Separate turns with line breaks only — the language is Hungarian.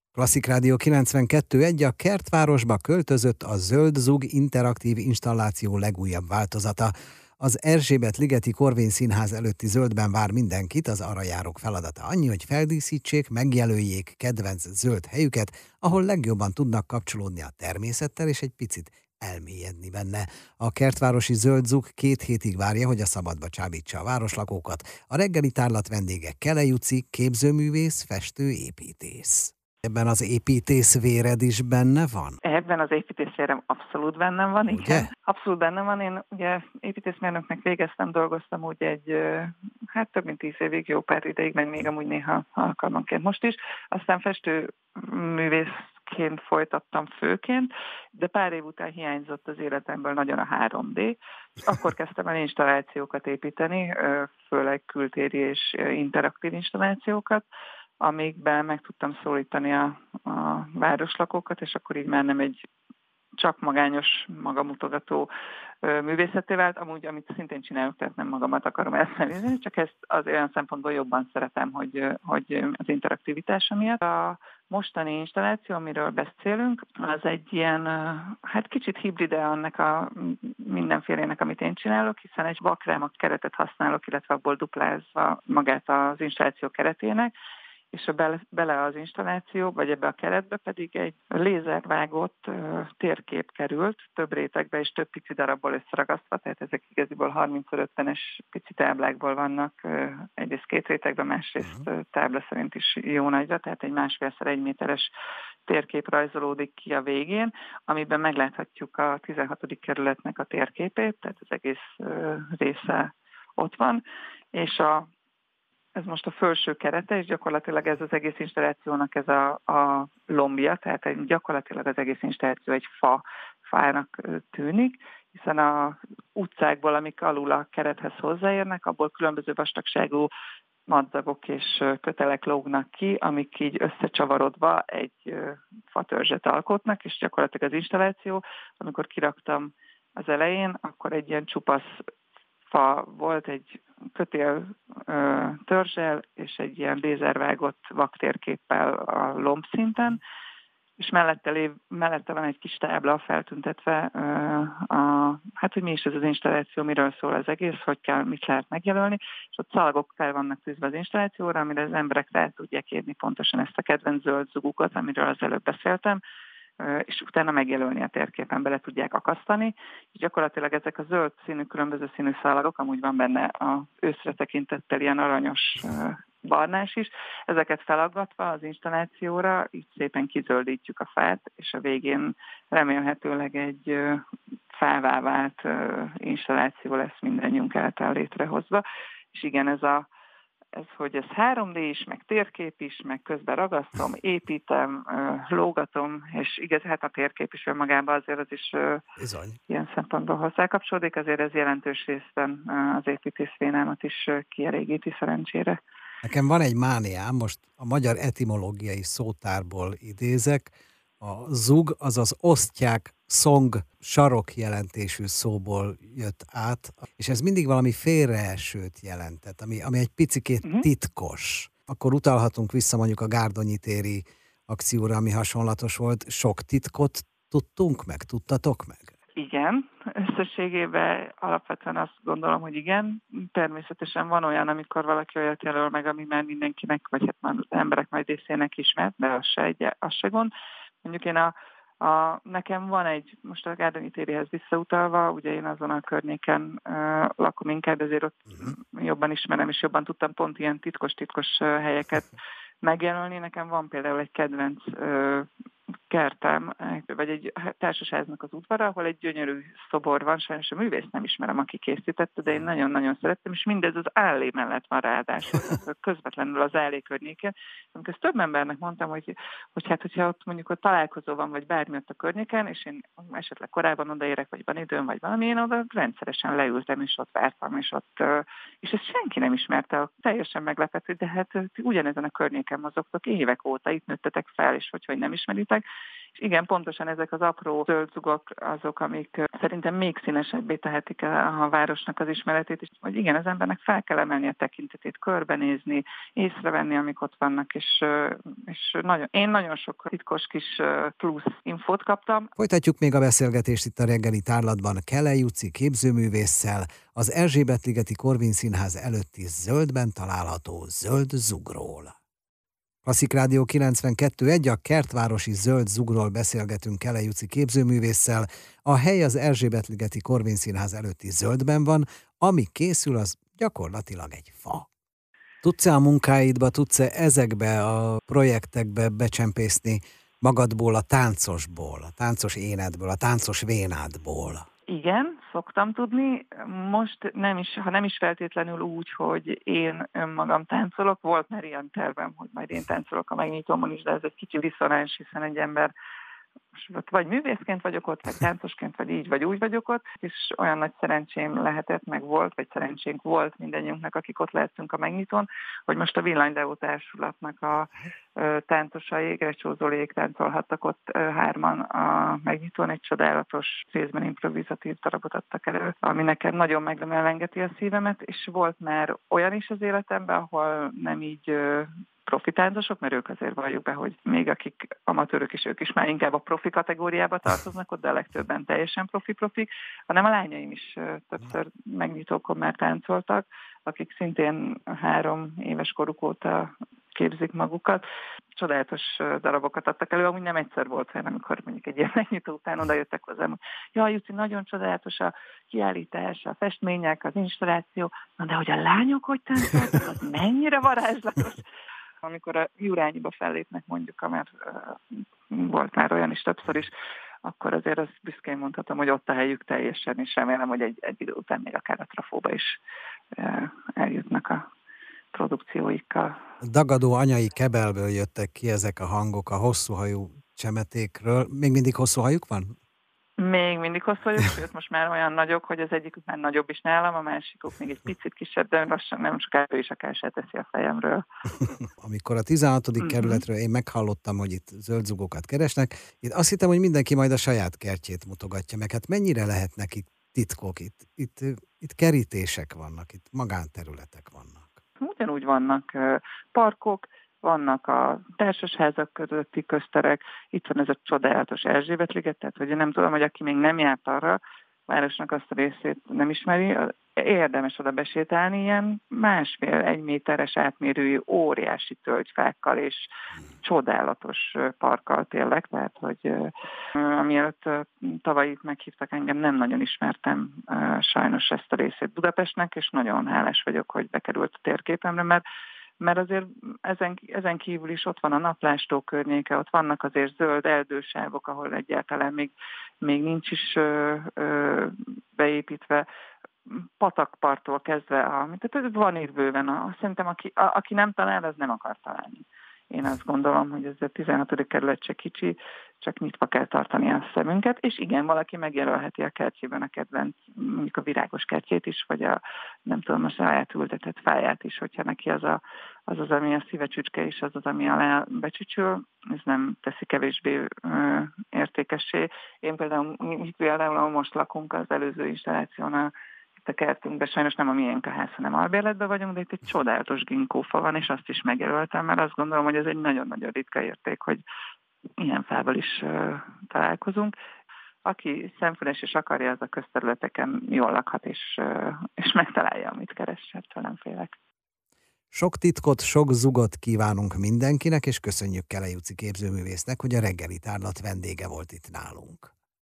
Klasszik Rádió 92.1 a Kertvárosba költözött a Zöld Zug interaktív installáció legújabb változata. Az Erzsébet-ligeti Korvin Színház előtti zöldben vár mindenkit, az arrajárók feladata annyi, hogy feldíszítsék, megjelöljék kedvenc zöld helyüket, ahol legjobban tudnak kapcsolódni a természettel és egy picit elmélyedni benne. A kertvárosi Zöld Zug 2 hétig várja, hogy a szabadba csábítsa a városlakókat. A reggeli tárlat vendége Kele Juci, képzőművész, festő, építész. Ebben az építész véred is benne van?
Ebben az építészvérem abszolút bennem van,
Ugye?
igen. Abszolút bennem van. Én ugye építészmérnöknek végeztem, dolgoztam úgy több mint 10 évig, jó pár ideig, meg még amúgy néha alkalmanként most is. Aztán festőművészként folytattam főként, de pár év után hiányzott az életemből nagyon a 3D, és akkor kezdtem el installációkat építeni, főleg kültéri és interaktív installációkat, amikben meg tudtam szólítani a városlakókat, és akkor így már nem egy csak magányos, magamutogató művészetté vált, amúgy, amit szintén csinálok, tehát nem magamat akarom elfelejteni, csak ezt az olyan szempontból jobban szeretem, hogy az interaktivitás miatt. A mostani installáció, amiről beszélünk, az egy ilyen, kicsit hibride annak a mindenfélének, amit én csinálok, hiszen egy vakrámat keretet használok, illetve abból duplázva magát az installáció keretének, és bele az installáció, vagy ebbe a keretbe pedig egy lézervágott térkép került, több rétegbe és több pici darabból összeragasztva, tehát ezek igaziból 30x50-es pici táblákból vannak, egyrészt 2 rétegben, másrészt tábla szerint is jó nagyra, tehát egy 1,5x1 méteres térkép rajzolódik ki a végén, amiben megláthatjuk a 16. kerületnek a térképét, tehát az egész része ott van, és ez most a felső kerete, és gyakorlatilag ez az egész installációnak ez a lombja, tehát gyakorlatilag az egész installáció egy fának tűnik, hiszen a utcákból, amik alul a kerethez hozzáérnek, abból különböző vastagságú madzagok és kötelek lógnak ki, amik így összecsavarodva egy fatörzset alkotnak, és gyakorlatilag az installáció, amikor kiraktam az elején, akkor egy ilyen csupasz fa volt, egy kötél törzsel és egy ilyen lézervágott vaktérképpel a lombszinten, és mellette van egy kis tábla feltüntetve, hogy mi is ez az installáció, miről szól az egész, mit lehet megjelölni, és ott szalagok fel vannak tűzve az installációra, amire az emberek rá tudják írni pontosan ezt a kedvenc zöld zugukat, amiről az előbb beszéltem, és utána megjelölni a térképen, bele tudják akasztani, és gyakorlatilag ezek a zöld színű, különböző színű szalagok, amúgy van benne az őszre tekintettel ilyen aranyos barnás is, ezeket felaggatva az installációra, így szépen kizöldítjük a fát, és a végén remélhetőleg egy fává vált installáció lesz mindannyiunk által létrehozva, és igen, hogy ez 3D is, meg térkép is, meg közben ragasztom, építem, lógatom, és igaz, a térkép is önmagában azért az is ilyen szempontból hozzákapcsolódik, azért ez jelentős részben az építészvénámat is kielégíti szerencsére.
Nekem van egy mániám, most a magyar etimológiai szótárból idézek, a zug, azaz osztják, szong, sarok jelentésű szóból jött át, és ez mindig valami félreesőt jelentett, ami egy picikét titkos. Akkor utalhatunk vissza mondjuk a Gárdonyi téri akcióra, ami hasonlatos volt. Sok titkot tudtatok meg?
Igen, összességében alapvetően azt gondolom, hogy igen. Természetesen van olyan, amikor valaki olyat jelöl meg, ami már mindenkinek, vagy már az emberek nagy részének ismert, de az se gond. Mondjuk én nekem van most a Gárdonyi térihez visszautalva, ugye én azon a környéken lakom inkább, de azért ott jobban ismerem, és jobban tudtam pont ilyen titkos helyeket megjelölni. Nekem van például egy kedvenc kertem, vagy egy társasháznak az udvara, ahol egy gyönyörű szobor van, sajnos a művészt nem ismerem, aki készítette, de én nagyon-nagyon szerettem, és mindez az állé mellett van ráadásul, közvetlenül az állé környéken. Amikor ezt több embernek mondtam, hogy hogyha ott mondjuk ott találkozó van, vagy bármi ott a környéken, és én esetleg korábban odaérek, vagy van időm, vagy valami, én oda rendszeresen leültem, és ott vártam, és ezt senki nem ismerte, teljesen meglepett, de hát ugyanezen a környéken mozogtok évek óta, itt nőttetek fel, és hogy nem ismeritek. És igen, pontosan ezek az apró zöldzugok azok, amik szerintem még színesebbé tehetik a városnak az ismeretét, és hogy igen, az embernek fel kell emelni a tekintetét, körbenézni, észrevenni, amik ott vannak, és én nagyon sok titkos kis plusz infót kaptam.
Folytatjuk még a beszélgetést itt a reggeli tárlatban Kele Juci képzőművésszel, az Erzsébet-ligeti Corvin Színház előtti zöldben található Zöld Zugról. Klasszik Rádió 92.1, a kertvárosi Zöld Zugról beszélgetünk Kele Juci képzőművésszel. A hely az Erzsébet-ligeti Corvin Színház előtti zöldben van, ami készül, az gyakorlatilag egy fa. Tudsz-e a munkáidba, tudsz-e ezekbe a projektekbe becsempészni magadból a táncosból, a táncos énedből, a táncos vénádból?
Igen, szoktam tudni. Most ha nem is feltétlenül úgy, hogy én önmagam táncolok, volt már ilyen tervem, hogy majd én táncolok a megnyitómon is, de ez egy kicsi diszonáns, hiszen egy ember vagy művészként vagyok ott, vagy táncosként, vagy így, vagy úgy vagyok ott, és olyan nagy szerencsém lehetett, meg volt, vagy szerencsénk volt mindannyiunknak, akik ott lehettünk a megnyitón, hogy most a Villanydeó Társulatnak a táncosai, Grecsó Zoliék táncolhattak ott hárman a megnyitón, egy csodálatos, részben improvizatív darabot adtak elő, ami nekem nagyon megelengeti a szívemet, és volt már olyan is az életemben, ahol nem így profi táncosok, mert ők azért valljuk be, hogy még akik amatőrök is, ők is már inkább a profi kategóriába tartoznak ott, de a legtöbben teljesen profi-profik, hanem a lányaim is többször megnyitókon már táncoltak, akik szintén 3 éves koruk óta képzik magukat. Csodálatos darabokat adtak elő, amúgy nem egyszer volt, hanem amikor mondjuk egy ilyen megnyitó után oda jöttek hozzám, hogy jaj, Juci, nagyon csodálatos a kiállítás, a festmények, az installáció, na de hogy a lányok hogy táncoltak, az mennyire varázslatos. Amikor a Jurányiba fellépnek mondjuk, mert volt már olyan is többször is, akkor azért azt büszkén mondhatom, hogy ott a helyük teljesen, és remélem, hogy egy idő után még akár a Trafóba is eljutnak a produkcióikkal.
Dagadó anyai kebelből jöttek ki ezek a hangok a hosszú hajú csemetékről. Még mindig hosszú hajuk van?
Még mindig hosszú hajuk, sőt most már olyan nagyok, hogy az egyikük már nagyobb is nálam, a másikuk még egy picit kisebb, de lassan nem sokára ő is akár se teszi a fejemről.
Amikor a 16. kerületről én meghallottam, hogy itt zöldzugokat keresnek, itt azt hittem, hogy mindenki majd a saját kertjét mutogatja meg. Hát mennyire lehetnek itt titkok, itt kerítések vannak, itt magánterületek vannak.
Ugyanúgy vannak parkok, vannak a társasházak közötti közterek, itt van ez a csodálatos Erzsébet-liget, tehát hogy nem tudom, hogy aki még nem járt arra, a városnak azt a részét nem ismeri, érdemes oda besétálni, ilyen 1,5-1 méteres átmérőjű óriási tölgyfákkal és csodálatos parkkal tényleg, tehát hogy amiatt tavaly itt meghívtak engem, nem nagyon ismertem sajnos ezt a részét Budapestnek, és nagyon hálás vagyok, hogy bekerült a térképemre, mert azért ezen kívül is ott van a Naplástó környéke, ott vannak azért zöld erdősávok, ahol egyáltalán még nincs is beépítve, patakparttól kezdve, tehát van itt bőven. Szerintem aki nem talál, az nem akar találni. Én azt gondolom, hogy ez a 16. kerület se kicsi, csak nyitva kell tartani a szemünket, és igen, valaki megjelölheti a kertjében a kedvenc, mondjuk a virágos kertjét is, vagy nem tudom, a saját ültetett fáját is, hogyha neki az, ami a szíve csücske, és az, ami alá becsücsül, ez nem teszi kevésbé értékessé. Én például most lakunk az előző installációnál, itt a kertünkben, sajnos nem a miénk a ház, hanem albérletben vagyunk, de itt egy csodálatos ginkófa van, és azt is megjelöltem, mert azt gondolom, hogy ez egy nagyon-nagyon ritka érték, hogy ilyen fával is találkozunk. Aki szemfüles és akarja, az a közterületeken jól lakhat, és megtalálja, amit keres, ettől nem félek.
Sok titkot, sok zugot kívánunk mindenkinek, és köszönjük Kele Juci képzőművésznek, hogy a reggeli tárlat vendége volt itt nálunk.